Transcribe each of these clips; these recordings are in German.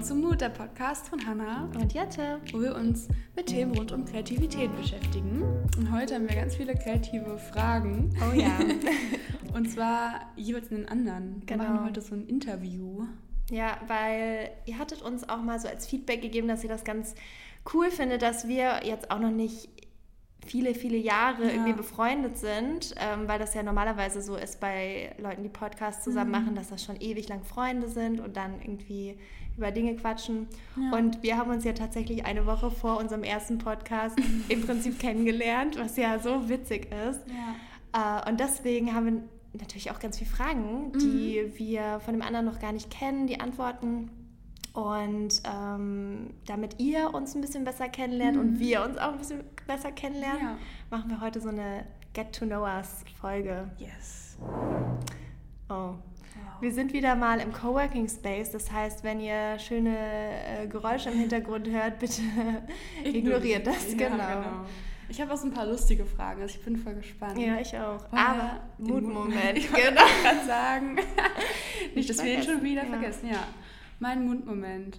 zum Mut, der Podcast von Hannah und Jette, wo wir uns mit Themen rund um Kreativität beschäftigen. Und heute haben wir ganz viele kreative Fragen. Oh ja. Und zwar jeweils in den anderen. Wir machen heute so ein Interview. Ja, weil ihr hattet uns auch mal so als Feedback gegeben, dass ihr das ganz cool findet, dass wir jetzt auch noch nicht viele Jahre irgendwie befreundet sind, weil das ja normalerweise so ist bei Leuten, die Podcasts zusammen machen, dass das schon ewig lang Freunde sind und dann irgendwie über Dinge quatschen. Ja. Und wir haben uns ja tatsächlich eine Woche vor unserem ersten Podcast im Prinzip kennengelernt, was ja so witzig ist. Ja. Und deswegen haben wir natürlich auch ganz viele Fragen, die wir von dem anderen noch gar nicht kennen, die Antworten. Und damit ihr uns ein bisschen besser kennenlernt und wir uns auch ein bisschen besser kennenlernen, machen wir heute so eine Get-to-Know-Us-Folge. Yes. Oh. Wow. Wir sind wieder mal im Coworking Space. Das heißt, wenn ihr schöne Geräusche im Hintergrund hört, bitte ignoriert das. Ja, genau. Ich habe auch so ein paar lustige Fragen, also ich bin voll gespannt. Ja, ich auch. Aber Mutmoment. Ich wollte gerade sagen. Nicht, dass wir ihn schon wieder vergessen. Ja. Mein Mutmoment.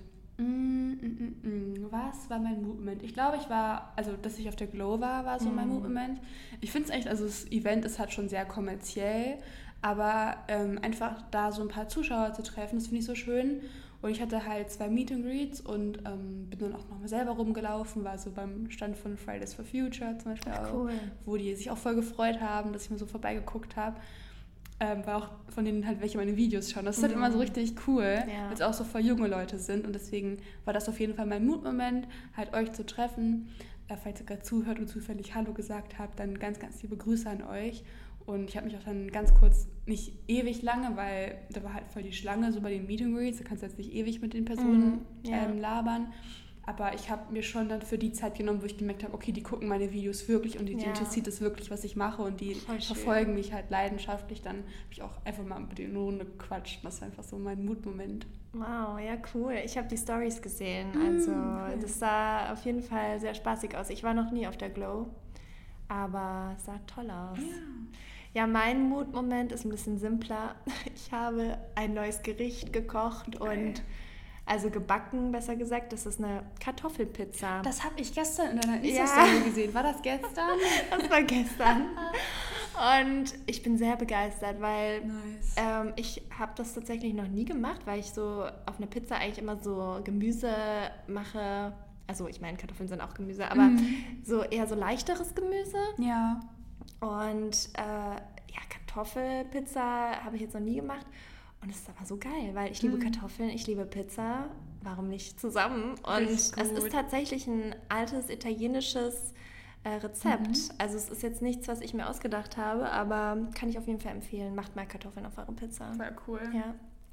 Was war mein Mutmoment? Ich glaube, dass ich auf der Glow war so mein Mutmoment. Ich finde es echt, also das Event ist halt schon sehr kommerziell, aber einfach da so ein paar Zuschauer zu treffen, das finde ich so schön. Und ich hatte halt 2 Meet and Greets und bin dann auch nochmal selber rumgelaufen, war so beim Stand von Fridays for Future zum Beispiel auch, wo die sich auch voll gefreut haben, dass ich mal so vorbeigeguckt habe. Weil auch von denen halt welche meine Videos schauen. Das ist halt immer so richtig cool, weil es auch so voll junge Leute sind und deswegen war das auf jeden Fall mein Mutmoment, halt euch zu treffen. Falls ihr gerade zuhört und zufällig Hallo gesagt habt, dann ganz, ganz liebe Grüße an euch. Und ich habe mich auch dann ganz kurz, nicht ewig lange, weil da war halt voll die Schlange so bei den Meet and Greets, da kannst du jetzt nicht ewig mit den Personen labern. Aber ich habe mir schon dann für die Zeit genommen, wo ich gemerkt habe, okay, die gucken meine Videos wirklich und die interessiert es wirklich, was ich mache und die verfolgen mich halt leidenschaftlich. Dann habe ich auch einfach mal mit denen eine Runde gequatscht. Das war einfach so mein Mutmoment. Wow, ja cool. Ich habe die Stories gesehen. Also das sah auf jeden Fall sehr spaßig aus. Ich war noch nie auf der Glow, aber es sah toll aus. Ja, mein Mutmoment ist ein bisschen simpler. Ich habe ein neues Gericht gekocht und gebacken, besser gesagt. Das ist eine Kartoffelpizza. Das habe ich gestern in deiner Insta-Story gesehen. War das gestern? Das war gestern. Und ich bin sehr begeistert, weil ich habe das tatsächlich noch nie gemacht, weil ich so auf einer Pizza eigentlich immer so Gemüse mache. Also ich meine, Kartoffeln sind auch Gemüse, aber so eher so leichteres Gemüse. Ja. Und Kartoffelpizza habe ich jetzt noch nie gemacht. Und es ist aber so geil, weil ich liebe Kartoffeln, ich liebe Pizza, warum nicht zusammen? Und es ist tatsächlich ein altes italienisches Rezept. Also es ist jetzt nichts, was ich mir ausgedacht habe, aber kann ich auf jeden Fall empfehlen. Macht mal Kartoffeln auf eure Pizza. Voll cool. Ja,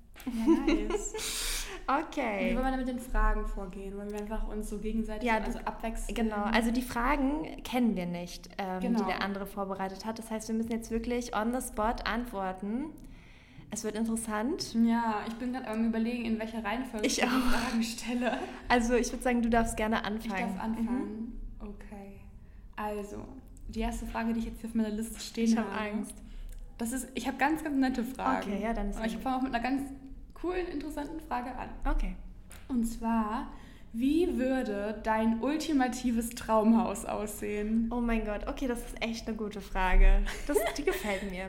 nice. Okay. Wie wollen wir dann mit den Fragen vorgehen? Wollen wir einfach uns so gegenseitig abwechseln? Genau, also die Fragen kennen wir nicht, die der andere vorbereitet hat. Das heißt, wir müssen jetzt wirklich on the spot antworten. Es wird interessant. Ja, ich bin gerade am Überlegen, in welcher Reihenfolge ich die Fragen stelle. Also ich würde sagen, du darfst gerne anfangen. Ich darf anfangen? Okay. Also, die erste Frage, die ich jetzt hier auf meiner Liste stehen habe. Ich habe Angst. Ich habe ganz, ganz nette Fragen. Okay, ja, dann ist aber ich fange auch mit einer ganz coolen, interessanten Frage an. Okay. Und zwar, wie würde dein ultimatives Traumhaus aussehen? Oh mein Gott, okay, das ist echt eine gute Frage. Die gefällt mir.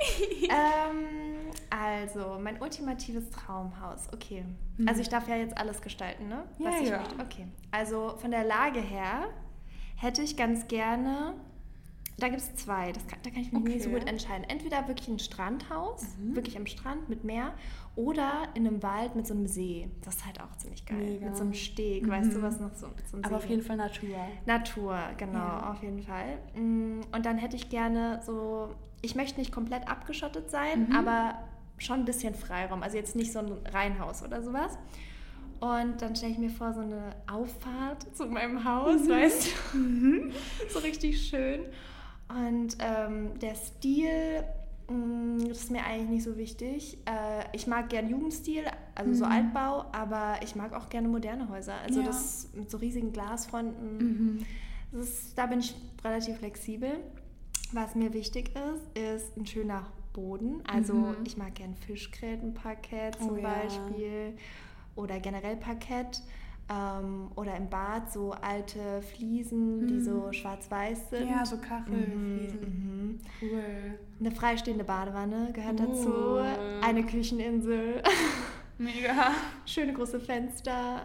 Also, mein ultimatives Traumhaus, okay. Also ich darf ja jetzt alles gestalten, ne? Was ich möchte. Okay. Also von der Lage her hätte ich ganz gerne, da gibt es 2, da kann ich mich nicht so gut entscheiden. Entweder wirklich ein Strandhaus, wirklich am Strand mit Meer, oder in einem Wald mit so einem See. Das ist halt auch ziemlich geil. Mega. Mit so einem Steg, weißt du, was noch so mit so einem See. Aber auf jeden Fall Natur. Natur, genau, auf jeden Fall. Und dann hätte ich gerne so, ich möchte nicht komplett abgeschottet sein, aber schon ein bisschen Freiraum. Also jetzt nicht so ein Reihenhaus oder sowas. Und dann stelle ich mir vor, so eine Auffahrt zu meinem Haus, weißt du? So richtig schön. Und der Stil, das ist mir eigentlich nicht so wichtig. Ich mag gern Jugendstil, also so Altbau, aber ich mag auch gerne moderne Häuser. Also das mit so riesigen Glasfronten. Da bin ich relativ flexibel. Was mir wichtig ist ein schöner Boden. Also ich mag gern Fischgrätenparkett zum Beispiel. oder generell Parkett. Oder im Bad so alte Fliesen, die so schwarz-weiß sind. Ja, so Kachelfliesen. Cool. Eine freistehende Badewanne gehört dazu. Eine Kücheninsel. Mega. Schöne große Fenster.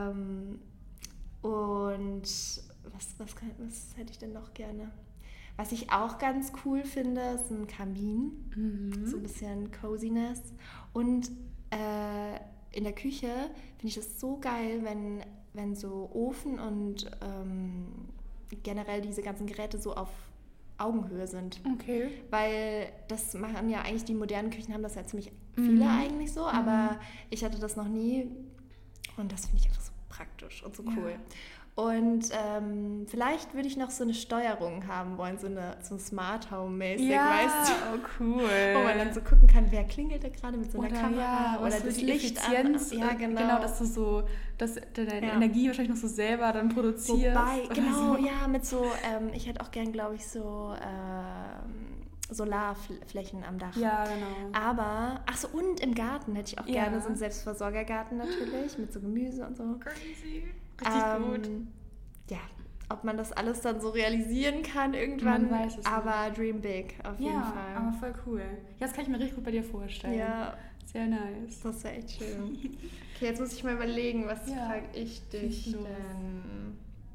Und was hätte ich denn noch gerne? Was ich auch ganz cool finde, ist ein Kamin. So ein bisschen Coziness. Und in der Küche finde ich das so geil, wenn so Ofen und generell diese ganzen Geräte so auf Augenhöhe sind. Okay. Weil das machen ja eigentlich, die modernen Küchen haben das ja ziemlich viele eigentlich so, aber ich hatte das noch nie und das finde ich einfach so praktisch und so cool. Ja. Und vielleicht würde ich noch so eine Steuerung haben wollen, so Smart Home-mäßig, weißt du? Oh cool. Wo man dann so gucken kann, wer klingelt da gerade mit so einer Kamera ja, oder so das die Licht Effizienz. Ja, genau. Dass du deine Energie wahrscheinlich noch so selber dann produzierst. Wobei, genau, so. Ja, mit so, ich hätte auch gern, glaube ich, so Solarflächen am Dach. Ja, genau. Aber, und im Garten hätte ich auch gerne so einen Selbstversorgergarten natürlich, mit so Gemüse und so. Crazy. Richtig gut. Ja, ob man das alles dann so realisieren kann irgendwann, man weiß es aber nicht. Dream big auf jeden Fall. Ja, aber voll cool. Ja, das kann ich mir richtig gut bei dir vorstellen. Ja. Sehr nice. Das wäre echt schön. Okay, jetzt muss ich mal überlegen, was frage ich dich denn?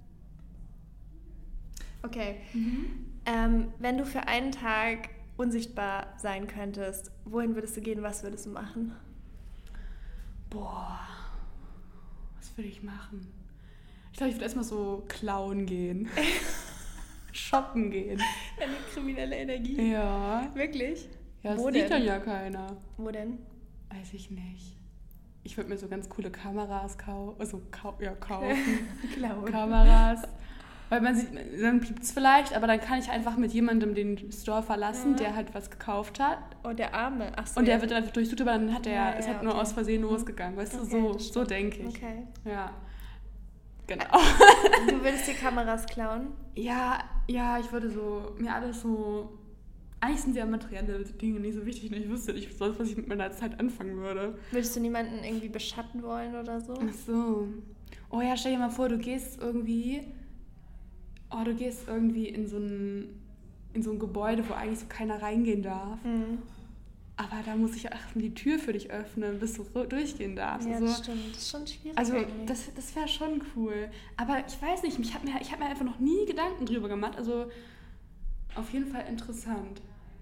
Okay. Wenn du für einen Tag unsichtbar sein könntest, wohin würdest du gehen, was würdest du machen? Boah, was würde ich machen? Ich glaube, ich würde erstmal so klauen gehen. Shoppen gehen. Eine kriminelle Energie. Ja. Wirklich? Ja, das sieht dann ja keiner. Wo denn? Weiß ich nicht. Ich würde mir so ganz coole Kameras kaufen. Klauen. Kameras. Weil man sieht, dann piept es vielleicht, aber dann kann ich einfach mit jemandem den Store verlassen, der halt was gekauft hat. Oh, der Arme. Ach so. Und der wird dann einfach durchsucht, aber dann hat er, ist halt nur okay. aus Versehen losgegangen. Weißt du, so denke ich. Okay. Ja. Genau. Du würdest die Kameras klauen? Ja, ich würde so, mir alles so, eigentlich sind ja materielle Dinge nicht so wichtig und ich wüsste nicht, was ich mit meiner Zeit anfangen würde. Würdest du niemanden irgendwie beschatten wollen oder so? Ach so. Oh ja, stell dir mal vor, du gehst irgendwie in so ein Gebäude, wo eigentlich so keiner reingehen darf. Aber da muss ich die Tür für dich öffnen, bis du durchgehen darfst. Ja, das stimmt. Das ist schon schwierig. Also das wäre schon cool. Aber ich weiß nicht, ich hab mir einfach noch nie Gedanken drüber gemacht. Also auf jeden Fall interessant.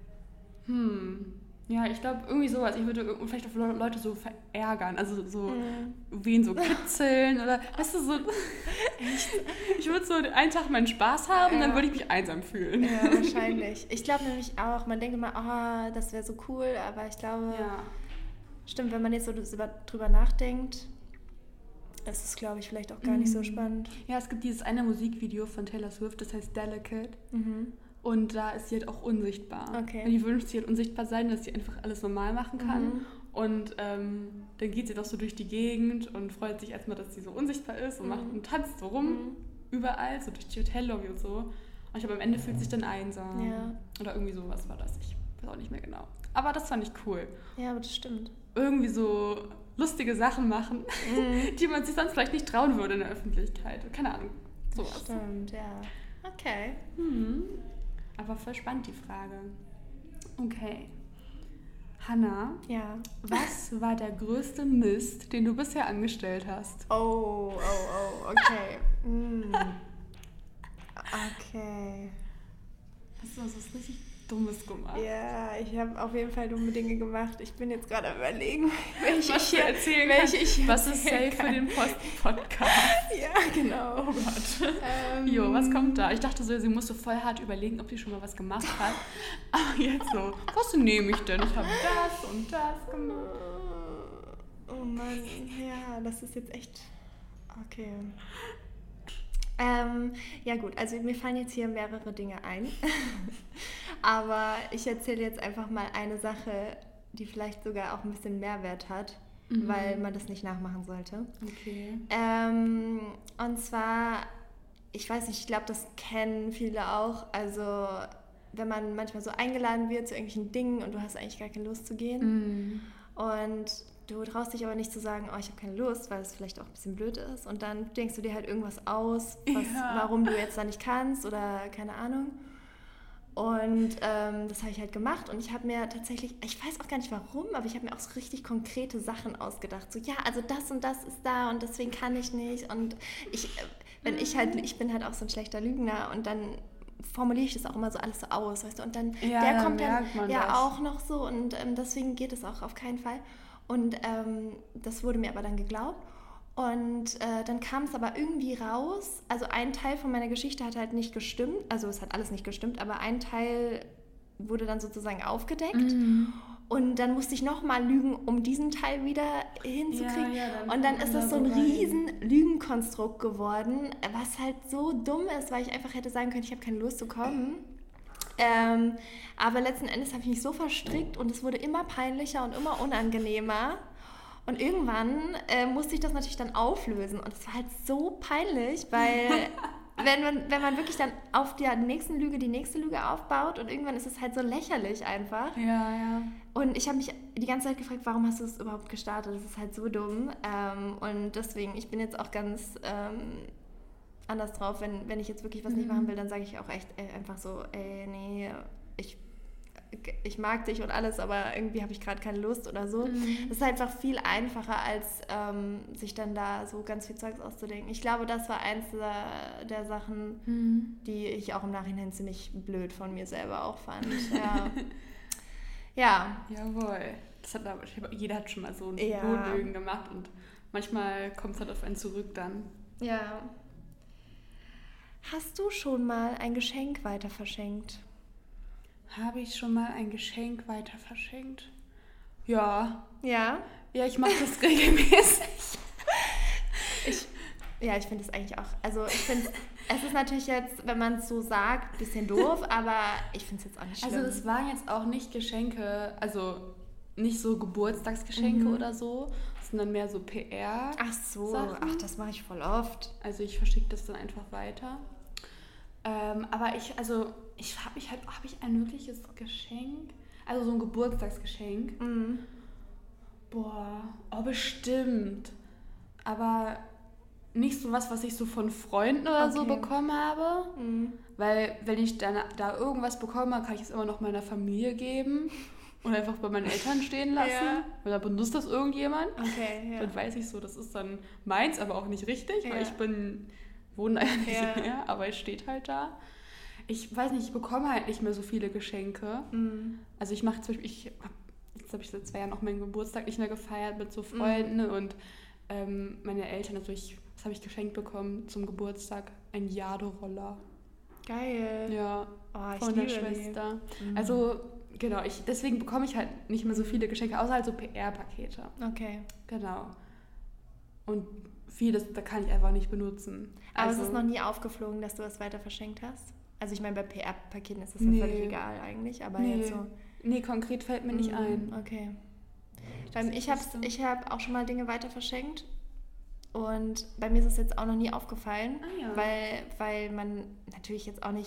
Ja, ich glaube irgendwie sowas. Ich würde vielleicht auch Leute so verärgern. Also so wen so kitzeln oder weißt du so. Ich würde so einen Tag meinen Spaß haben und dann würde ich mich einsam fühlen. Ja, wahrscheinlich. Ich glaube nämlich auch, man denkt immer, das wäre so cool, aber ich glaube, stimmt, wenn man jetzt so drüber nachdenkt, ist es, glaube ich, vielleicht auch gar nicht so spannend. Ja, es gibt dieses eine Musikvideo von Taylor Swift, das heißt Delicate. Und da ist sie halt auch unsichtbar. Okay. Und die wünscht sich halt unsichtbar sein, dass sie einfach alles normal machen kann. Und dann geht sie doch so durch die Gegend und freut sich erstmal, dass sie so unsichtbar ist und macht und tanzt so rum, überall, so durch die Hotellobby und so. Und ich glaube, am Ende fühlt sich dann einsam. Ja. Oder irgendwie sowas war das. Ich weiß auch nicht mehr genau. Aber das fand ich cool. Ja, aber das stimmt. Irgendwie so lustige Sachen machen, die man sich sonst vielleicht nicht trauen würde in der Öffentlichkeit. Keine Ahnung. Sowas. Stimmt, ja. Okay. Aber voll spannend die Frage. Okay. Hanna, was war der größte Mist, den du bisher angestellt hast? Oh, okay. Okay. Hast du was richtig Dummes gemacht? Ja, ich habe auf jeden Fall dumme Dinge gemacht. Ich bin jetzt gerade am Überlegen, was ist safe für den Podcast? Ja, genau. Oh Gott. Was kommt da? Ich dachte so, sie musste voll hart überlegen, ob sie schon mal was gemacht hat. Aber jetzt so, was nehme ich denn? Ich habe das und das gemacht. Oh Mann, ja, das ist jetzt echt... Okay. Ja gut, also mir fallen jetzt hier mehrere Dinge ein, aber ich erzähle jetzt einfach mal eine Sache, die vielleicht sogar auch ein bisschen Mehrwert hat, weil man das nicht nachmachen sollte. Okay. Und zwar, ich weiß nicht, ich glaube, das kennen viele auch, also wenn man manchmal so eingeladen wird zu irgendwelchen Dingen und du hast eigentlich gar keine Lust zu gehen und du traust dich aber nicht zu sagen, oh, ich habe keine Lust, weil es vielleicht auch ein bisschen blöd ist. Und dann denkst du dir halt irgendwas aus, warum du jetzt da nicht kannst oder keine Ahnung. Und das habe ich halt gemacht und ich habe mir tatsächlich, ich weiß auch gar nicht warum, aber ich habe mir auch so richtig konkrete Sachen ausgedacht. So, ja, also das und das ist da und deswegen kann ich nicht. Und ich bin halt auch so ein schlechter Lügner und dann formuliere ich das auch immer so alles so aus, weißt du. Und dann, der kommt dann ja auch noch so und deswegen geht es auch auf keinen Fall. Und das wurde mir aber dann geglaubt. Und dann kam es aber irgendwie raus, also ein Teil von meiner Geschichte hat halt nicht gestimmt, also es hat alles nicht gestimmt, aber ein Teil wurde dann sozusagen aufgedeckt und dann musste ich nochmal lügen, um diesen Teil wieder hinzukriegen und dann ist das so ein riesen Lügenkonstrukt geworden, was halt so dumm ist, weil ich einfach hätte sagen können, ich habe keine Lust zu kommen. Aber letzten Endes habe ich mich so verstrickt und es wurde immer peinlicher und immer unangenehmer. Und irgendwann musste ich das natürlich dann auflösen und es war halt so peinlich, weil wenn man wirklich dann auf der nächsten Lüge die nächste Lüge aufbaut und irgendwann ist es halt so lächerlich einfach. Ja. Und ich habe mich die ganze Zeit gefragt, warum hast du es überhaupt gestartet? Das ist halt so dumm. Und deswegen, ich bin jetzt auch ganz anders drauf, wenn ich jetzt wirklich was nicht machen will, dann sage ich auch echt einfach so, nee, ich mag dich und alles, aber irgendwie habe ich gerade keine Lust oder so. Das ist einfach viel einfacher, als sich dann da so ganz viel Zeugs auszudenken. Ich glaube, das war eins der Sachen, die ich auch im Nachhinein ziemlich blöd von mir selber auch fand. Ja. Jawohl. Jeder hat schon mal so Notlügen gemacht und manchmal kommt es halt auf einen zurück dann. Ja. Hast du schon mal ein Geschenk weiter verschenkt? Habe ich schon mal ein Geschenk weiter verschenkt? Ja. Ja? Ja, ich mache das regelmäßig. Ich finde es eigentlich auch, also ich finde, es ist natürlich jetzt, wenn man es so sagt, ein bisschen doof, aber ich finde es jetzt auch nicht schlimm. Also es waren jetzt auch nicht Geschenke, also nicht so Geburtstagsgeschenke oder so, sondern mehr so PR. Ach so, Sachen. Das mache ich voll oft. Also ich verschicke das dann einfach weiter. Aber habe ich ein wirkliches Geschenk? Also so ein Geburtstagsgeschenk? Bestimmt. Aber nicht so was ich so von Freunden oder so bekommen habe. Weil wenn ich dann da irgendwas bekomme, kann ich es immer noch meiner Familie geben und einfach bei meinen Eltern stehen lassen. Ja. Oder benutzt das irgendjemand. Okay, ja. Dann weiß ich so, das ist dann meins, aber auch nicht richtig, weil ich wohne da ja nicht mehr, aber es steht halt da. Ich weiß nicht, ich bekomme halt nicht mehr so viele Geschenke. Also ich mache zum Beispiel, jetzt habe ich seit 2 Jahren auch meinen Geburtstag nicht mehr gefeiert mit so Freunden und meine Eltern, also was habe ich geschenkt bekommen zum Geburtstag? Ein Jade-Roller. Geil. Ja, ich von der Schwester. Also genau, deswegen bekomme ich halt nicht mehr so viele Geschenke, außer halt so PR-Pakete. Okay. Genau. Und vieles, da kann ich einfach nicht benutzen. Aber es ist noch nie aufgeflogen, dass du es weiter verschenkt hast? Also ich meine, bei PR-Paketen ist das ja völlig egal eigentlich, aber jetzt so... Nee, konkret fällt mir nicht ein. Okay. Ich habe auch schon mal Dinge weiter verschenkt und bei mir ist es jetzt auch noch nie aufgefallen, weil man natürlich jetzt auch nicht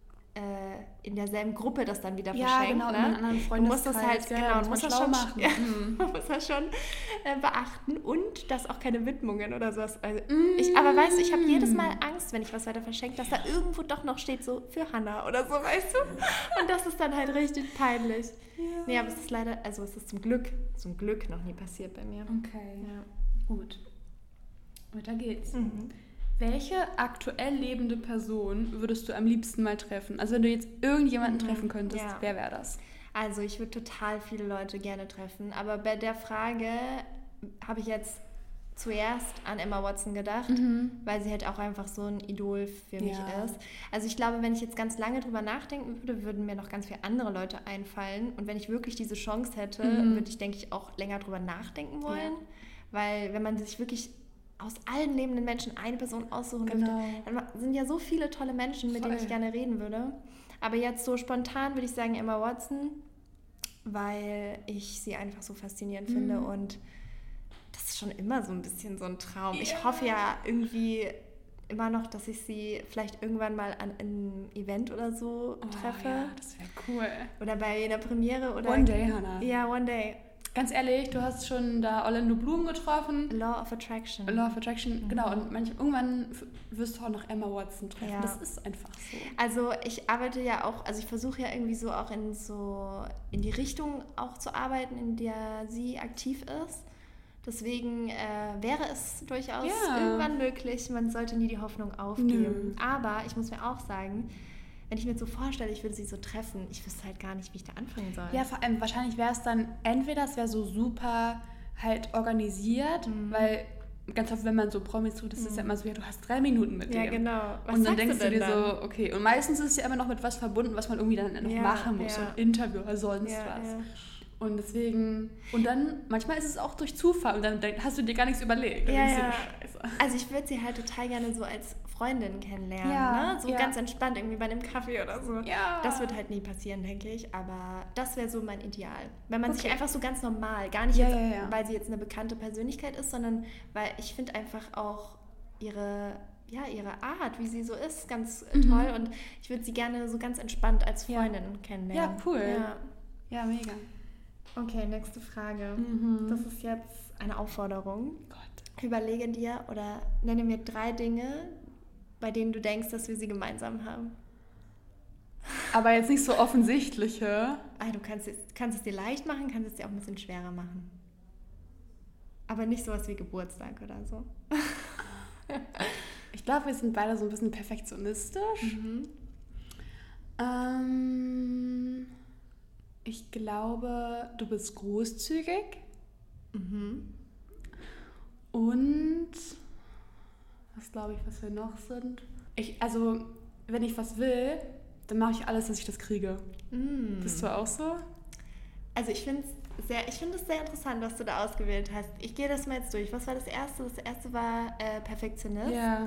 in derselben Gruppe das dann wieder verschenkt. Genau, ne? in einem anderen Freundeskreis. Du musst das halt, muss das schon machen. Man muss das schon beachten und dass auch keine Widmungen oder sowas. Also aber weißt du, ich habe jedes Mal Angst, wenn ich was weiter verschenke, dass da irgendwo doch noch steht, so für Hannah oder so, weißt du? Und das ist dann halt richtig peinlich. Ja. Nee, aber es ist leider, also es ist zum Glück noch nie passiert bei mir. Okay, gut. Weiter geht's. Welche aktuell lebende Person würdest du am liebsten mal treffen? Also wenn du jetzt irgendjemanden treffen könntest, wer wäre das? Also ich würde total viele Leute gerne treffen, aber bei der Frage habe ich jetzt zuerst an Emma Watson gedacht, weil sie halt auch einfach so ein Idol für mich ist. Also ich glaube, wenn ich jetzt ganz lange drüber nachdenken würde, würden mir noch ganz viele andere Leute einfallen und wenn ich wirklich diese Chance hätte, würde ich, denke ich, auch länger drüber nachdenken wollen, weil wenn man sich wirklich aus allen lebenden Menschen eine Person aussuchen dürfte, dann sind ja so viele tolle Menschen, mit denen ich gerne reden würde. Aber jetzt so spontan würde ich sagen Emma Watson, weil ich sie einfach so faszinierend finde und das ist schon immer so ein bisschen so ein Traum. Yeah. Ich hoffe ja irgendwie immer noch, dass ich sie vielleicht irgendwann mal an einem Event oder so treffe. Ja, das wäre cool. Oder bei einer Premiere. Oder One day, Hannah. Ja, one day. ganz ehrlich, du hast schon da Orlando Bloom getroffen. Law of Attraction. Law of Attraction, genau. Und irgendwann wirst du auch noch Emma Watson treffen. Ja. Das ist einfach so. Also ich arbeite ja auch, also ich versuche ja irgendwie so auch in die Richtung auch zu arbeiten, in der sie aktiv ist. Deswegen wäre es durchaus irgendwann möglich, man sollte nie die Hoffnung aufgeben. Aber ich muss mir auch sagen, wenn ich mir so vorstelle, ich würde sie so treffen, ich wüsste halt gar nicht, wie ich da anfangen soll. Ja, vor allem wahrscheinlich wäre es dann, entweder es wäre so super halt organisiert, weil ganz oft, wenn man so Promis tut, ist es ja immer so, ja, du hast 3 Minuten mit dem. Ja, genau. Was und dann sagst denkst du dir dann? so, okay. Und meistens ist es ja immer noch mit was verbunden, was man irgendwie dann noch machen muss, so ein Interview oder sonst was. Ja. Und deswegen, und dann, manchmal ist es auch durch Zufall und dann hast du dir gar nichts überlegt. Ja. Scheiße. Also ich würde sie halt total gerne so als Freundin kennenlernen, ne? So ganz entspannt irgendwie bei einem Kaffee oder so. Ja. Das wird halt nie passieren, denke ich, aber das wäre so mein Ideal. Wenn man sich einfach so ganz normal, gar nicht jetzt, weil sie jetzt eine bekannte Persönlichkeit ist, sondern weil ich finde einfach auch ihre Art, wie sie so ist, ganz toll und ich würde sie gerne so ganz entspannt als Freundin kennenlernen. Ja, cool. Ja, mega. Okay, nächste Frage. Das ist jetzt eine Aufforderung. Gott. Überlege dir oder nenne mir 3 Dinge, bei denen du denkst, dass wir sie gemeinsam haben. Aber jetzt nicht so offensichtliche. Du kannst es dir leicht machen, kannst es dir auch ein bisschen schwerer machen. Aber nicht sowas wie Geburtstag oder so. Ich glaube, wir sind beide so ein bisschen perfektionistisch. Ich glaube, du bist großzügig. Und was glaube ich, was wir noch sind? Also, wenn ich was will, dann mache ich alles, dass ich das kriege. Bist du auch so? Also ich finde es sehr interessant, was du da ausgewählt hast. Ich gehe das mal jetzt durch. Was war das Erste? Das Erste war Perfektionist. Ja.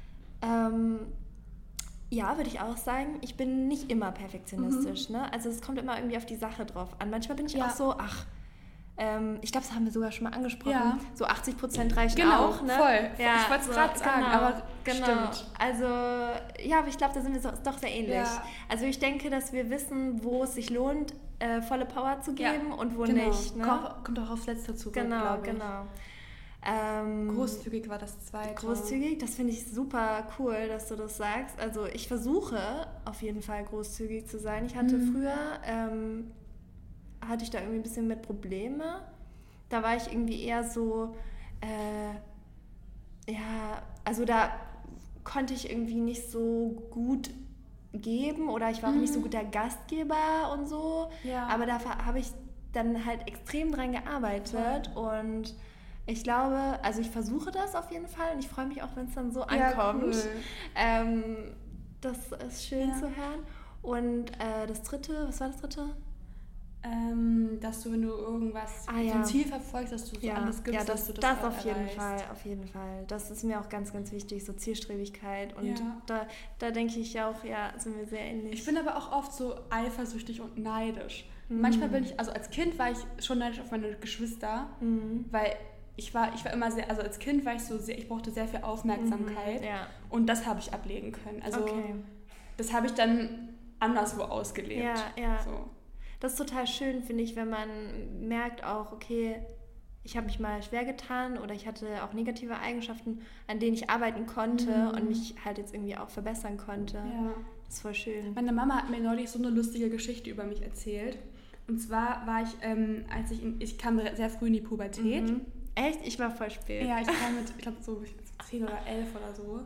Ja, würde ich auch sagen. Ich bin nicht immer perfektionistisch. Ne? Also es kommt immer irgendwie auf die Sache drauf an. Manchmal bin ich auch so, ich glaube, das haben wir sogar schon mal angesprochen. Ja. So 80% reichen auch. Ne? Voll. Ja, ich wollte es gerade sagen, aber stimmt. Also, ja, aber ich glaube, da sind wir doch sehr ähnlich. Ja. Also ich denke, dass wir wissen, wo es sich lohnt, volle Power zu geben und wo nicht. Ne? Kommt auch aufs Letzte zurück, genau. Großzügig war das Zweite. Großzügig, das finde ich super cool, dass du das sagst. Also ich versuche auf jeden Fall großzügig zu sein. Ich hatte früher... hatte ich da irgendwie ein bisschen mit Probleme. Da war ich irgendwie eher so, also da konnte ich irgendwie nicht so gut geben oder ich war auch nicht so gut der Gastgeber und so. Ja. Aber da habe ich dann halt extrem dran gearbeitet und ich glaube, also ich versuche das auf jeden Fall und ich freue mich auch, wenn es dann so ankommt. Cool. Das ist schön zu hören. Und das Dritte, was war das Dritte? Dass du, wenn du irgendwas, so ein Ziel verfolgst, dass du so alles gibst, dass du das auf jeden Fall. Das ist mir auch ganz, ganz wichtig, so Zielstrebigkeit. Und da denke ich auch, sind wir sehr ähnlich. Ich bin aber auch oft so eifersüchtig und neidisch. Manchmal bin ich, also als Kind war ich schon neidisch auf meine Geschwister, weil ich war immer sehr, also als Kind war ich so sehr, ich brauchte sehr viel Aufmerksamkeit und das habe ich ablegen können. Also das habe ich dann anderswo ausgelebt. Ja. So. Das ist total schön, finde ich, wenn man merkt auch, okay, ich habe mich mal schwer getan oder ich hatte auch negative Eigenschaften, an denen ich arbeiten konnte und mich halt jetzt irgendwie auch verbessern konnte. Ja. Das ist voll schön. Meine Mama hat mir neulich so eine lustige Geschichte über mich erzählt. Und zwar war ich, ich kam sehr früh in die Pubertät. Echt? Ich war voll spät. Ja, ich kam mit, ich glaube so 10 oder 11 oder so.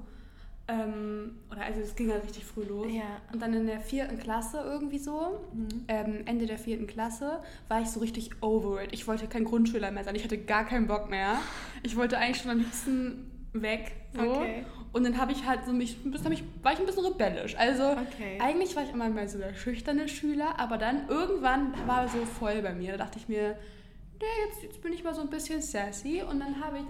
Also es ging halt richtig früh los. Ja. Und dann in der 4. Klasse irgendwie so, Ende der 4. Klasse, war ich so richtig over it. Ich wollte kein Grundschüler mehr sein, ich hatte gar keinen Bock mehr. Ich wollte eigentlich schon am liebsten weg. So. Okay. Und dann habe ich halt so war ich ein bisschen rebellisch. Also eigentlich war ich immer mehr so der schüchterne Schüler, aber dann irgendwann war es so voll bei mir. Da dachte ich mir, jetzt bin ich mal so ein bisschen sassy und dann waren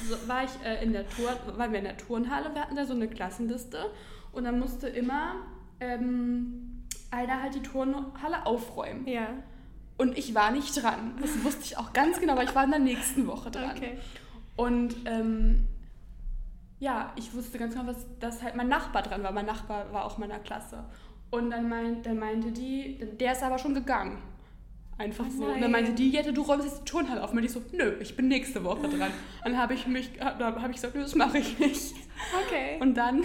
wir in der Turnhalle, wir hatten da so eine Klassenliste und dann musste immer einer halt die Turnhalle aufräumen. Ja. Und ich war nicht dran. Das wusste ich auch ganz genau, weil ich war in der nächsten Woche dran. Okay. Und ich wusste ganz genau, dass halt mein Nachbar dran war. Mein Nachbar war auch meiner Klasse. Und dann meinte die, der ist aber schon gegangen. Einfach so. Und dann meinte die, Jette, du räumst jetzt die Turnhalle auf. Und ich so, nö, ich bin nächste Woche dran. Und dann habe ich gesagt, nö, das mache ich nicht. Okay. Und dann,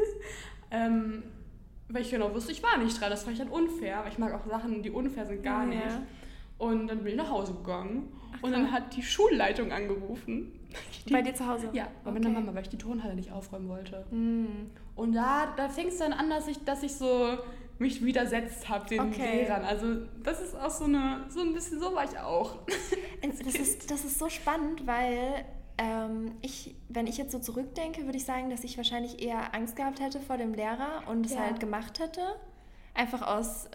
weil ich genau wusste, ich war nicht dran. Das fand ich dann unfair. Aber ich mag auch Sachen, die unfair sind, gar nicht. Und dann bin ich nach Hause gegangen. Und dann hat die Schulleitung angerufen. Bei dir zu Hause? Ja, bei meiner Mama, weil ich die Turnhalle nicht aufräumen wollte. Und da fing es dann an, dass ich so mich widersetzt habe den Lehrern. Also das ist auch so ein bisschen, so war ich auch. Das ist so spannend, weil wenn ich jetzt so zurückdenke, würde ich sagen, dass ich wahrscheinlich eher Angst gehabt hätte vor dem Lehrer und es halt gemacht hätte. Einfach aus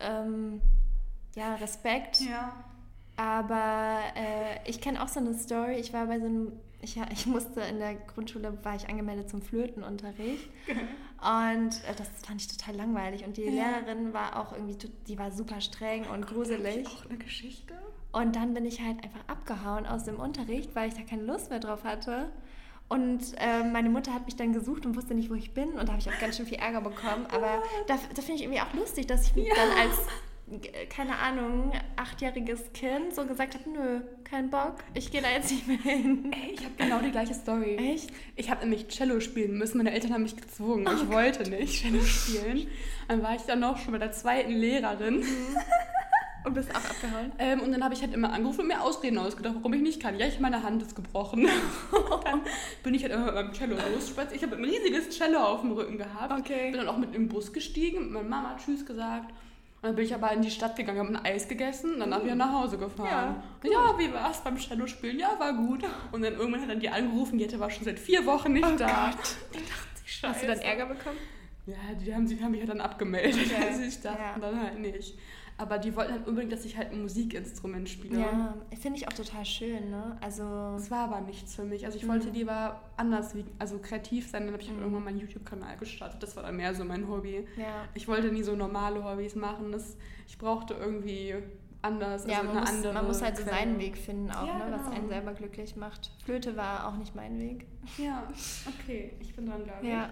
Respekt. Ja. Aber ich kenne auch so eine Story. Ich war bei so einem, ich musste in der Grundschule, war ich angemeldet zum Flötenunterricht. Und das fand ich total langweilig. Und die Lehrerin war auch irgendwie, die war super streng und gruselig. Auch eine Geschichte. Und dann bin ich halt einfach abgehauen aus dem Unterricht, weil ich da keine Lust mehr drauf hatte. Und meine Mutter hat mich dann gesucht und wusste nicht, wo ich bin. Und da habe ich auch ganz schön viel Ärger bekommen. Aber da finde ich irgendwie auch lustig, dass ich dann als, keine Ahnung, 8-jähriges Kind so gesagt habe, nö, kein Bock, ich gehe da jetzt nicht mehr hin. Ey, ich habe genau die gleiche Story. Echt? Ich habe nämlich Cello spielen müssen. Meine Eltern haben mich gezwungen. Ich wollte nicht Cello spielen. Dann war ich dann noch schon bei der 2. Lehrerin. Und bist auch abgehauen? Und dann habe ich halt immer angerufen und mir Ausreden ausgedacht, warum ich nicht kann. Ja, meine Hand ist gebrochen. Und dann bin ich halt immer mit meinem Cello losspaziert. Ich habe ein riesiges Cello auf dem Rücken gehabt. Okay. Bin dann auch mit im Bus gestiegen, mit meiner Mama Tschüss gesagt. Und dann bin ich aber in die Stadt gegangen, habe ein Eis gegessen und danach wieder nach Hause gefahren. Ja, wie war's beim Cello spielen? Ja, war gut. Und dann irgendwann hat dann die angerufen, Jette war schon seit 4 Wochen nicht da. Gott. Ich dachte, Scheiße. Hast du dann Ärger bekommen? Ja, die haben mich halt dann abgemeldet. Okay. Also ich dachte dann halt nicht. Aber die wollten halt unbedingt, dass ich halt ein Musikinstrument spiele. Ja, finde ich auch total schön, ne? Also das war aber nichts für mich. Also ich wollte lieber anders, kreativ sein. Dann habe ich halt irgendwann meinen YouTube-Kanal gestartet. Das war dann mehr so mein Hobby. Ja. Ich wollte nie so normale Hobbys machen. Ich brauchte irgendwie anders. Ja, also man muss halt so seinen Weg finden auch, ja, ne? Was genau. einen selber glücklich macht. Flöte war auch nicht mein Weg. Ja, okay. Ich bin dran, glaube ich. Ja.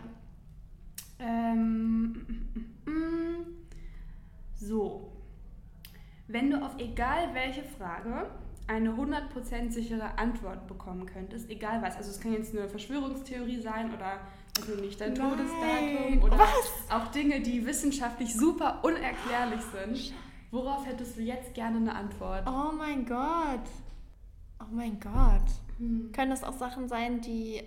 So. Wenn du auf egal welche Frage eine 100% sichere Antwort bekommen könntest, egal was, also es kann jetzt eine Verschwörungstheorie sein oder, weiß ich nicht, dein Todesdatum oder auch Dinge, die wissenschaftlich super unerklärlich sind, worauf hättest du jetzt gerne eine Antwort? Oh mein Gott. Oh mein Gott. Können das auch Sachen sein, du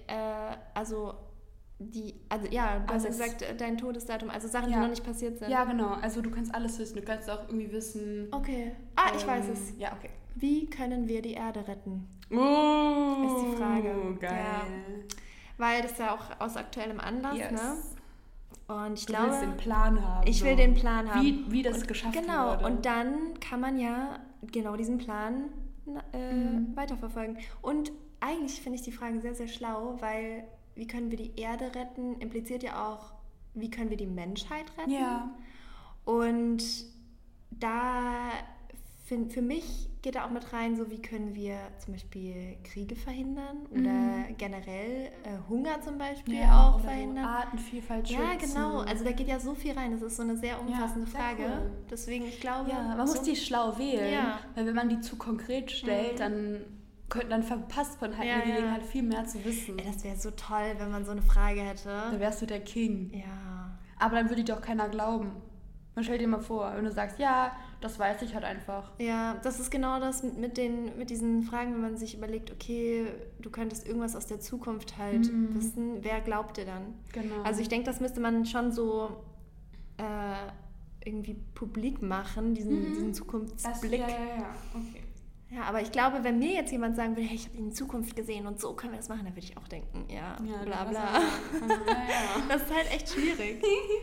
hast gesagt, dein Todesdatum, also Sachen, die noch nicht passiert sind. Ja, genau. Also du kannst alles wissen. Du kannst auch irgendwie wissen... Okay. Ich weiß es. Ja, okay. Wie können wir die Erde retten? Ist die Frage. Geil. Ja. Weil das ja auch aus aktuellem Anlass, ne? Und ich glaube... Du willst den Plan haben. Ich will den Plan haben. Wie das geschafft wurde. Genau. Und dann kann man ja genau diesen Plan weiterverfolgen. Und eigentlich finde ich die Frage sehr, sehr schlau, weil... Wie können wir die Erde retten, impliziert ja auch, wie können wir die Menschheit retten. Ja. Und da, für mich geht da auch mit rein, so wie können wir zum Beispiel Kriege verhindern oder generell Hunger zum Beispiel auch verhindern. Artenvielfalt schützen. Ja, genau. Also da geht ja so viel rein. Das ist so eine sehr umfassende Frage. Cool. Deswegen, ich glaube... Ja, man muss die schlau wählen, Ja. weil wenn man die zu konkret stellt, dann verpasst man halt die Gelegenheit, viel mehr zu wissen. Ey, das wäre so toll, wenn man so eine Frage hätte. Da wärst du der King. Ja. Aber dann würde dir doch keiner glauben. Man stell dir mal vor, wenn du sagst, ja, das weiß ich halt einfach. Ja, das ist genau das mit diesen Fragen, wenn man sich überlegt, okay, du könntest irgendwas aus der Zukunft halt wissen, wer glaubt dir dann? Genau. Also ich denke, das müsste man schon so irgendwie publik machen, diesen Zukunftsblick. Ja, okay. Ja, aber ich glaube, wenn mir jetzt jemand sagen würde, hey, ich habe die Zukunft gesehen und so können wir das machen, dann würde ich auch denken, ja bla bla. Das ist halt echt schwierig.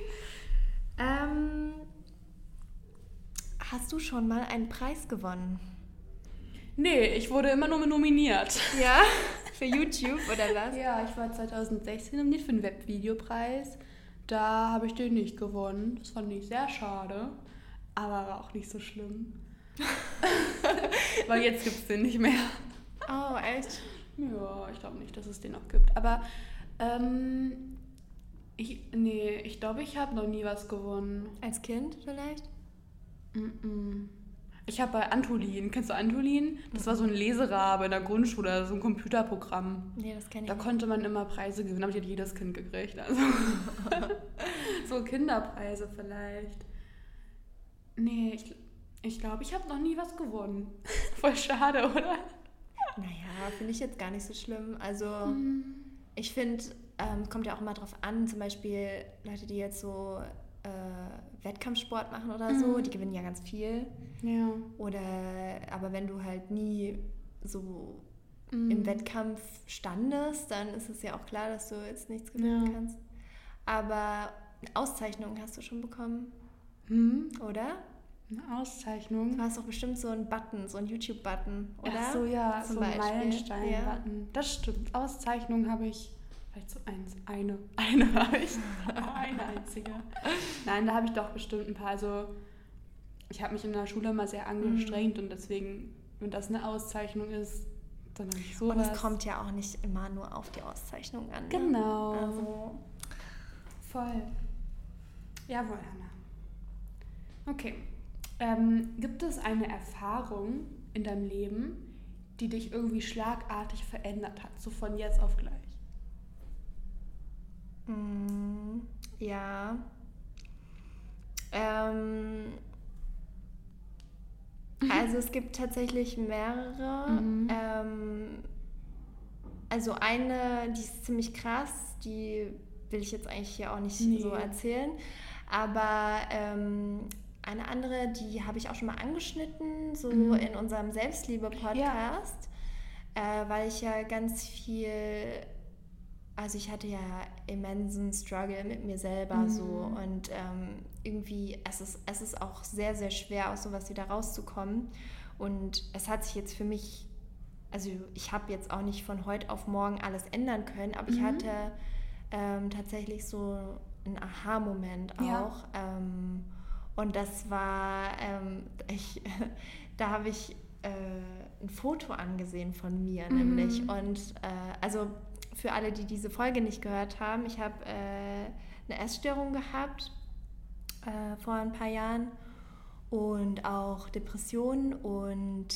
Hast du schon mal einen Preis gewonnen? Nee, ich wurde immer nur nominiert. Ja? Für YouTube oder was? Ja, ich war 2016 nominiert für den Webvideopreis. Da habe ich den nicht gewonnen. Das fand ich sehr schade, aber war auch nicht so schlimm. Weil jetzt gibt es den nicht mehr. Oh, echt? Ja, ich glaube nicht, dass es den noch gibt. Aber ich glaube, ich habe noch nie was gewonnen. Als Kind vielleicht? Ich habe bei Antolin, kennst du Antolin? Das war so ein Leserabe in der Grundschule, so ein Computerprogramm. Nee, das kenne ich Da nicht. konnte man immer Preise gewinnen, habe ich halt jedes Kind gekriegt. Also so Kinderpreise vielleicht. Nee, ich glaube, ich habe noch nie was gewonnen. Voll schade, oder? Naja, finde ich jetzt gar nicht so schlimm. Also ich finde, es kommt ja auch immer drauf an, zum Beispiel Leute, die jetzt so Wettkampfsport machen oder so, die gewinnen ja ganz viel. Ja. Aber wenn du halt nie so im Wettkampf standest, dann ist es ja auch klar, dass du jetzt nichts gewinnen kannst. Aber eine Auszeichnung hast du schon bekommen, oder? Eine Auszeichnung? Du hast doch bestimmt so einen Button, so einen YouTube-Button, oder? Ach so, ja, Zum so ein Beispiel. Meilenstein-Button. Ja. Das stimmt. Auszeichnung habe ich vielleicht so eine habe ich. Eine einzige. Nein, da habe ich doch bestimmt ein paar. Also ich habe mich in der Schule immer sehr angestrengt und deswegen, wenn das eine Auszeichnung ist, dann habe ich sowas. Und es kommt ja auch nicht immer nur auf die Auszeichnung an. Ne? Genau. Also voll. Jawohl, Hannah. Okay. Gibt es eine Erfahrung in deinem Leben, die dich irgendwie schlagartig verändert hat, so von jetzt auf gleich? Ja. Also es gibt tatsächlich mehrere. Also eine, die ist ziemlich krass, die will ich jetzt eigentlich hier auch nicht so erzählen. Aber eine andere, die habe ich auch schon mal angeschnitten, so in unserem Selbstliebe-Podcast, weil ich ja ganz viel, also ich hatte ja immensen Struggle mit mir selber so und irgendwie, es ist auch sehr, sehr schwer, aus sowas wieder rauszukommen und es hat sich jetzt für mich, also ich habe jetzt auch nicht von heute auf morgen alles ändern können, aber ich hatte tatsächlich so einen Aha-Moment auch. Und das war, da habe ich ein Foto angesehen von mir nämlich. Und also für alle, die diese Folge nicht gehört haben, ich habe eine Essstörung gehabt vor ein paar Jahren und auch Depressionen und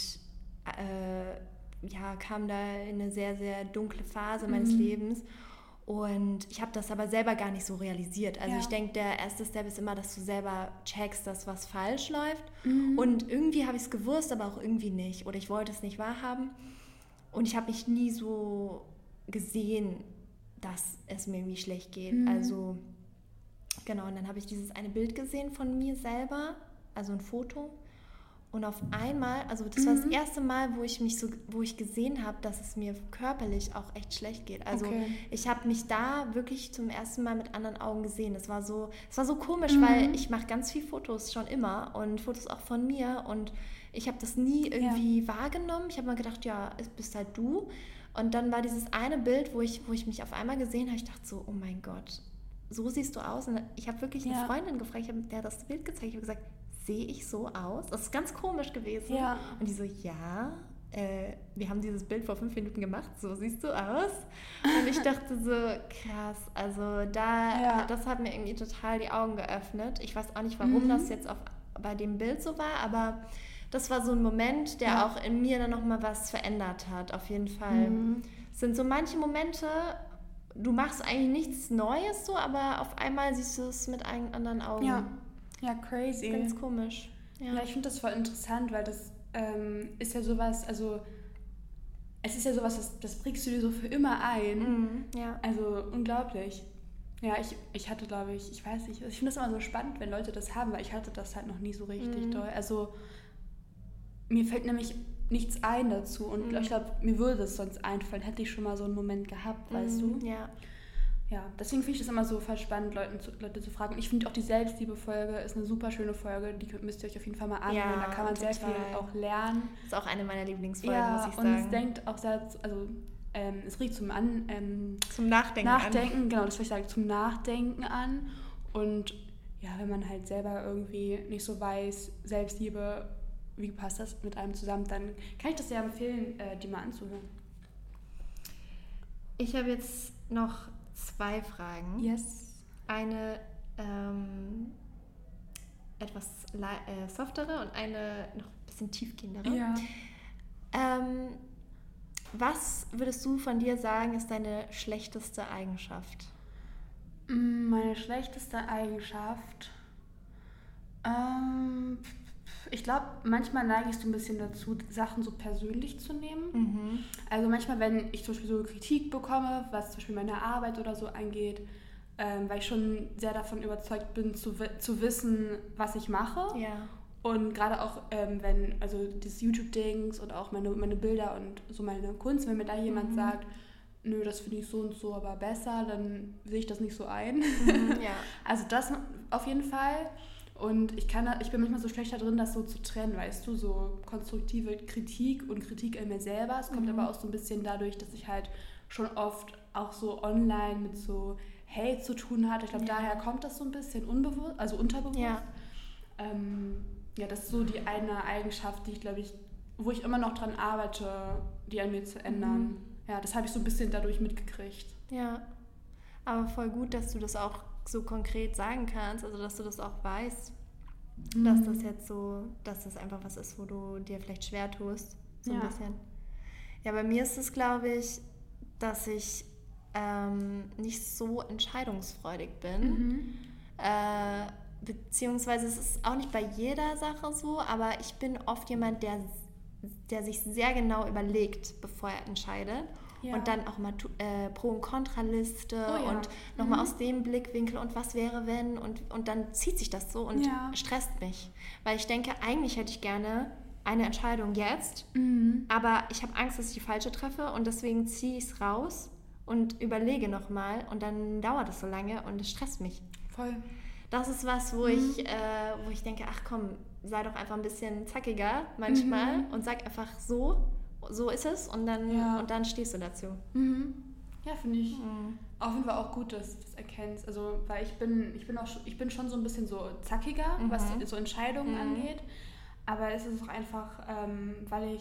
kam da in eine sehr, sehr dunkle Phase meines Lebens. Und ich habe das aber selber gar nicht so realisiert. Also ich denke, der erste Step ist immer, dass du selber checkst, dass was falsch läuft. Und irgendwie habe ich es gewusst, aber auch irgendwie nicht. Oder ich wollte es nicht wahrhaben. Und ich habe mich nie so gesehen, dass es mir irgendwie schlecht geht. Also genau, und dann habe ich dieses eine Bild gesehen von mir selber, also ein Foto. Und auf einmal, also das war das erste Mal, wo ich gesehen habe, dass es mir körperlich auch echt schlecht geht. Also ich habe mich da wirklich zum ersten Mal mit anderen Augen gesehen. Es war so komisch, weil ich mache ganz viel Fotos schon immer und Fotos auch von mir und ich habe das nie irgendwie wahrgenommen. Ich habe mal gedacht, ja, es bist halt du. Und dann war dieses eine Bild, wo ich mich auf einmal gesehen habe, ich dachte so, oh mein Gott, so siehst du aus. Und ich habe wirklich eine Freundin gefragt, der hat das Bild gezeigt, ich habe gesagt, sehe ich so aus? Das ist ganz komisch gewesen. Ja. Und die so, ja, wir haben dieses Bild vor 5 Minuten gemacht, so siehst du aus. Und ich dachte so, krass, also das hat mir irgendwie total die Augen geöffnet. Ich weiß auch nicht, warum das jetzt bei dem Bild so war, aber das war so ein Moment, der auch in mir dann nochmal was verändert hat, auf jeden Fall. Es sind so manche Momente, du machst eigentlich nichts Neues so, aber auf einmal siehst du es mit anderen Augen. Ja, crazy. Das ist ganz komisch. Ja, ich finde das voll interessant, weil das ist ja sowas, also es ist ja sowas, das prägst du dir so für immer ein. Also unglaublich. Ja, ich hatte, glaube ich weiß nicht, ich finde das immer so spannend, wenn Leute das haben, weil ich hatte das halt noch nie so richtig doll. Also mir fällt nämlich nichts ein dazu und ich glaube, mir würde es sonst einfallen, hätte ich schon mal so einen Moment gehabt, weißt du? Ja, deswegen finde ich das immer so voll spannend, Leute zu fragen. Ich finde auch die Selbstliebe-Folge ist eine super schöne Folge, die müsst ihr euch auf jeden Fall mal anhören, da kann man sehr viel auch lernen. Das ist auch eine meiner Lieblingsfolgen, muss ich sagen. Und es denkt auch sehr, also es regt zum Nachdenken an. Genau, das will ich sagen, zum Nachdenken an. Und ja, wenn man halt selber irgendwie nicht so weiß, Selbstliebe, wie passt das mit einem zusammen, dann kann ich das sehr empfehlen, die mal anzuhören. Ich habe jetzt noch 2 Fragen. Yes. Eine etwas softere und eine noch ein bisschen tiefgehendere. Ja. Was würdest du von dir sagen, ist deine schlechteste Eigenschaft? Meine schlechteste Eigenschaft? Ich glaube, manchmal neige ich so ein bisschen dazu, Sachen so persönlich zu nehmen. Also manchmal, wenn ich zum Beispiel so Kritik bekomme, was zum Beispiel meine Arbeit oder so angeht, weil ich schon sehr davon überzeugt bin, zu wissen, was ich mache. Ja. Und gerade auch, wenn, also das YouTube-Dings und auch meine Bilder und so meine Kunst, wenn mir da jemand sagt, nö, das finde ich so und so aber besser, dann sehe ich das nicht so ein. Ja. Also das auf jeden Fall. Und ich bin manchmal so schlecht da drin, das so zu trennen, weißt du, so konstruktive Kritik und Kritik an mir selber. Es kommt aber auch so ein bisschen dadurch, dass ich halt schon oft auch so online mit so Hate zu tun hatte. Ich glaube, daher kommt das so ein bisschen unbewusst, also unterbewusst. Ja. Ja, das ist so die eine Eigenschaft, die ich, glaube ich, wo ich immer noch dran arbeite, die an mir zu ändern. Ja, das habe ich so ein bisschen dadurch mitgekriegt. Ja, aber voll gut, dass du das auch so konkret sagen kannst, also dass du das auch weißt, dass das jetzt so, dass das einfach was ist, wo du dir vielleicht schwer tust, so ein bisschen. Ja, bei mir ist es, glaube ich, dass ich nicht so entscheidungsfreudig bin, beziehungsweise es ist auch nicht bei jeder Sache so, aber ich bin oft jemand, der sich sehr genau überlegt, bevor er entscheidet. Ja. Und dann auch mal Pro- und Kontraliste und nochmal aus dem Blickwinkel und was wäre, wenn und dann zieht sich das so und stresst mich. Weil ich denke, eigentlich hätte ich gerne eine Entscheidung jetzt, aber ich habe Angst, dass ich die falsche treffe und deswegen ziehe ich es raus und überlege nochmal und dann dauert es so lange und es stresst mich. Voll. Das ist was, wo ich denke, ach komm, sei doch einfach ein bisschen zackiger manchmal und sag einfach so ist es und dann stehst du dazu. Ja, finde ich auf jeden Fall auch gut, dass du das erkennst. Also, weil ich bin schon so ein bisschen so zackiger, was so Entscheidungen angeht. Aber es ist auch einfach, weil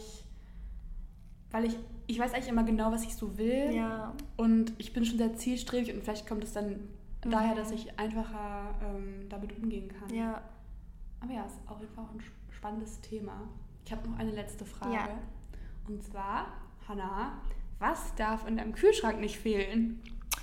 ich weiß eigentlich immer genau, was ich so will. Ja. Und ich bin schon sehr zielstrebig und vielleicht kommt es dann daher, dass ich einfacher damit umgehen kann. Ja. Aber ja, es ist auf jeden Fall auch ein spannendes Thema. Ich habe noch eine letzte Frage. Ja. Und zwar, Hannah, was darf in deinem Kühlschrank nicht fehlen?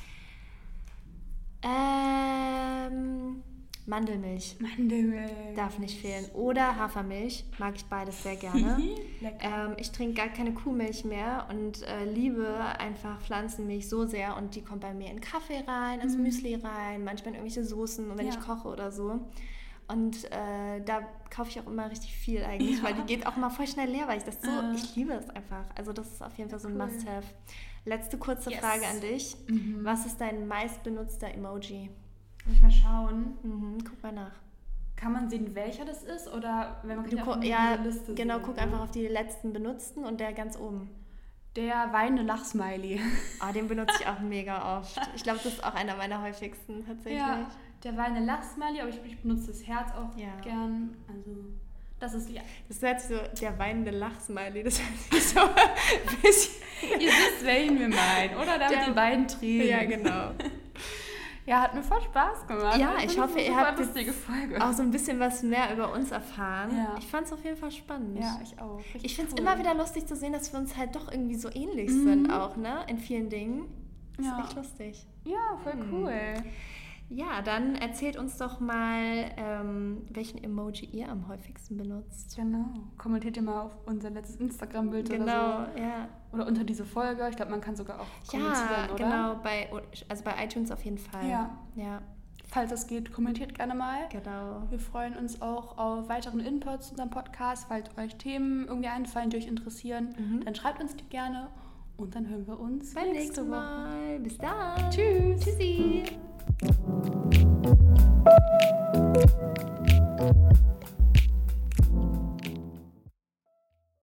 Mandelmilch. Mandelmilch. Darf nicht fehlen. Oder Hafermilch. Mag ich beides sehr gerne. Ich trinke gar keine Kuhmilch mehr und liebe einfach Pflanzenmilch so sehr. Und die kommt bei mir in Kaffee rein, ins Müsli rein, manchmal in irgendwelche Soßen und wenn ich koche oder so. Und da kaufe ich auch immer richtig viel eigentlich, weil die geht auch immer voll schnell leer, weil ich liebe es einfach. Also das ist auf jeden Fall so ein Must-Have. Letzte kurze Frage an dich. Was ist dein meistbenutzter Emoji? Muss ich mal schauen. Guck mal nach. Kann man sehen, welcher das ist? Oder wenn man die Liste genau, guck einfach auf die letzten benutzten und der ganz oben. Der weinende Lachsmiley. Den benutze ich auch mega oft. Ich glaube, das ist auch einer meiner häufigsten tatsächlich. Ja, der weinende Lachsmiley, aber ich benutze das Herz auch gern. Also, das ist Das hört sich so, der weinende Lachsmiley, das hört sich so ein bisschen... Ihr wisst, welchen wir meinen, oder? Da mit den beiden Tränen. Ja, genau. Ja, hat mir voll Spaß gemacht. Ja, ich hoffe, ihr habt auch so ein bisschen was mehr über uns erfahren. Ja. Ich fand es auf jeden Fall spannend. Ja, ich auch. Ich finde es immer wieder lustig zu sehen, dass wir uns halt doch irgendwie so ähnlich sind auch, ne? In vielen Dingen. Das ist echt lustig. Ja, voll cool. Ja, dann erzählt uns doch mal, welchen Emoji ihr am häufigsten benutzt. Genau. Kommentiert ihr mal auf unser letztes Instagram-Bild oder so. Genau, ja. Oder unter diese Folge. Ich glaube, man kann sogar auch kommentieren, oder? Ja, genau. Bei iTunes auf jeden Fall. Ja. Falls es geht, kommentiert gerne mal. Genau. Wir freuen uns auch auf weiteren Inputs zu unserem Podcast. Falls euch Themen irgendwie einfallen, die euch interessieren, dann schreibt uns die gerne. Und dann hören wir uns beim nächsten Mal. Bis dann. Tschüss. Tschüssi.